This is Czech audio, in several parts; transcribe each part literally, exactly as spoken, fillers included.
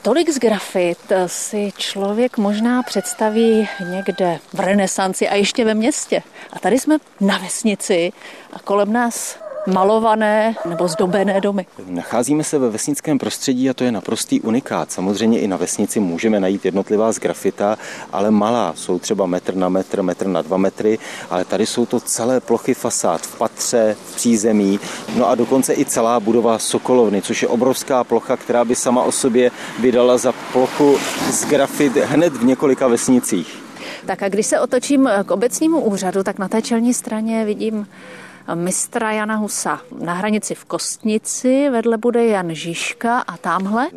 Tolik z grafit si člověk možná představí někde v renesanci a ještě ve městě. A tady jsme na vesnici a kolem nás malované nebo zdobené domy. Nacházíme se ve vesnickém prostředí a to je naprostý unikát. Samozřejmě i na vesnici můžeme najít jednotlivá sgrafita, ale malá. Jsou třeba metr na metr, metr na dva metry, ale tady jsou to celé plochy fasád v patře, v přízemí, no a dokonce i celá budova Sokolovny, což je obrovská plocha, která by sama o sobě vydala za plochu sgrafit hned v několika vesnicích. Tak a když se otočím k obecnímu úřadu, tak na té čelní straně vidím mistra Jana Husa. Na hranici v Kostnici, vedle bude Jan Žižka a tamhle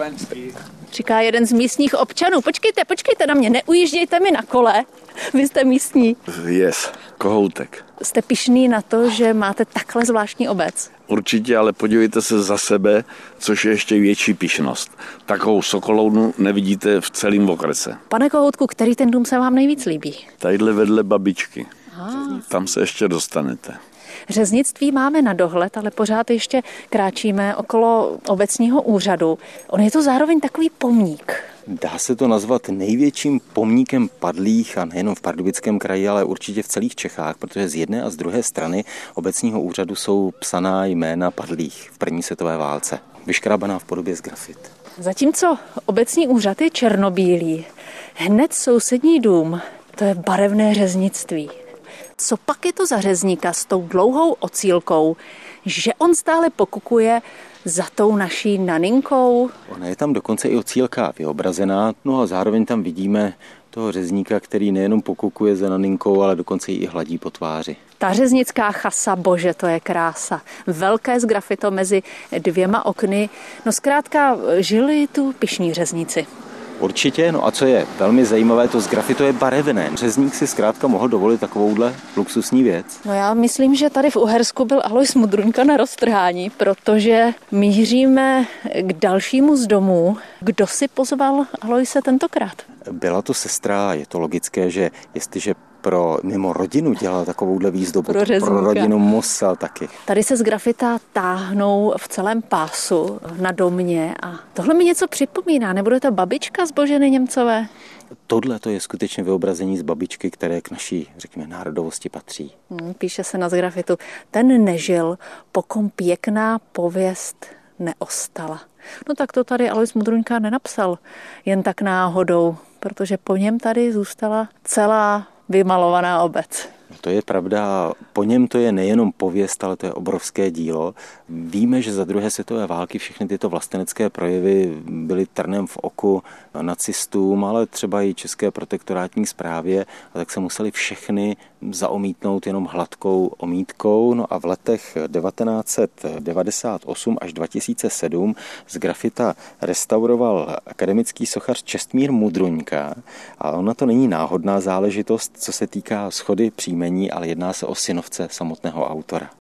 říká jeden z místních občanů. Počkejte, počkejte na mě, neujíždějte mi na kole, vy jste místní. Yes, Kohoutek. Jste pyšný na to, že máte takhle zvláštní obec? Určitě, ale podívejte se za sebe, což je ještě větší pyšnost. Takovou Sokolovnu nevidíte v celém okrese. Pane Kohoutku, který ten dům se vám nejvíc líbí? Tadyhle vedle babičky. Ah. Tam se ještě dostanete. Řeznictví máme na dohled, ale pořád ještě kráčíme okolo obecního úřadu. On je to zároveň takový pomník. Dá se to nazvat největším pomníkem padlých a nejenom v Pardubickém kraji, ale určitě v celých Čechách, protože z jedné a z druhé strany obecního úřadu jsou psaná jména padlých v první světové válce, vyškrábaná v podobě z grafit. Zatímco obecní úřad je černobílý, hned sousední dům, to je barevné řeznictví. Co pak je to za řezníka s tou dlouhou ocílkou, že on stále pokukuje za tou naší naninkou? Ona je tam dokonce i ocílka vyobrazená, no a zároveň tam vidíme toho řezníka, který nejenom pokukuje za naninkou, ale dokonce ji i hladí po tváři. Ta řeznická chasa, bože, to je krása. Velké sgrafito mezi dvěma okny. No zkrátka žili tu pyšní řezníci. Určitě, no a co je velmi zajímavé, to sgrafito je barevné. Řezník si zkrátka mohl dovolit takovouhle luxusní věc. No já myslím, že tady v Uhersku byl Alois Mudrunka na roztrhání, protože míříme k dalšímu z domů. Kdo si pozval Aloise tentokrát? Byla to sestra, je to logické, že jestliže pro mimo rodinu dělal takovouhle výzdobu, pro, pro rodinu musel taky. Tady se z grafita táhnou v celém pásu na domě a tohle mi něco připomíná. Nebude to babička z Boženy Němcové? Tohle to je skutečně vyobrazení z babičky, které k naší, řekněme, národovosti patří. Hmm, píše se na sgrafitu. Ten nežil, pokom pěkná pověst neostala. No tak to tady Alois Mudrunka nenapsal jen tak náhodou, protože po něm tady zůstala celá vymalovaná obec. To je pravda, po něm to je nejenom pověst, ale to je obrovské dílo. Víme, že za druhé světové války všechny tyto vlastenecké projevy byly trnem v oku nacistům, ale třeba i české protektorátní správě, a tak se museli všechny zaomítnout jenom hladkou omítkou. No a v letech devatenáct set devadesát osm až dva tisíce sedm z grafita restauroval akademický sochař Čestmír Mudruňka. A ona to není náhodná záležitost, co se týká shody příjmení, ale jedná se o synovce samotného autora.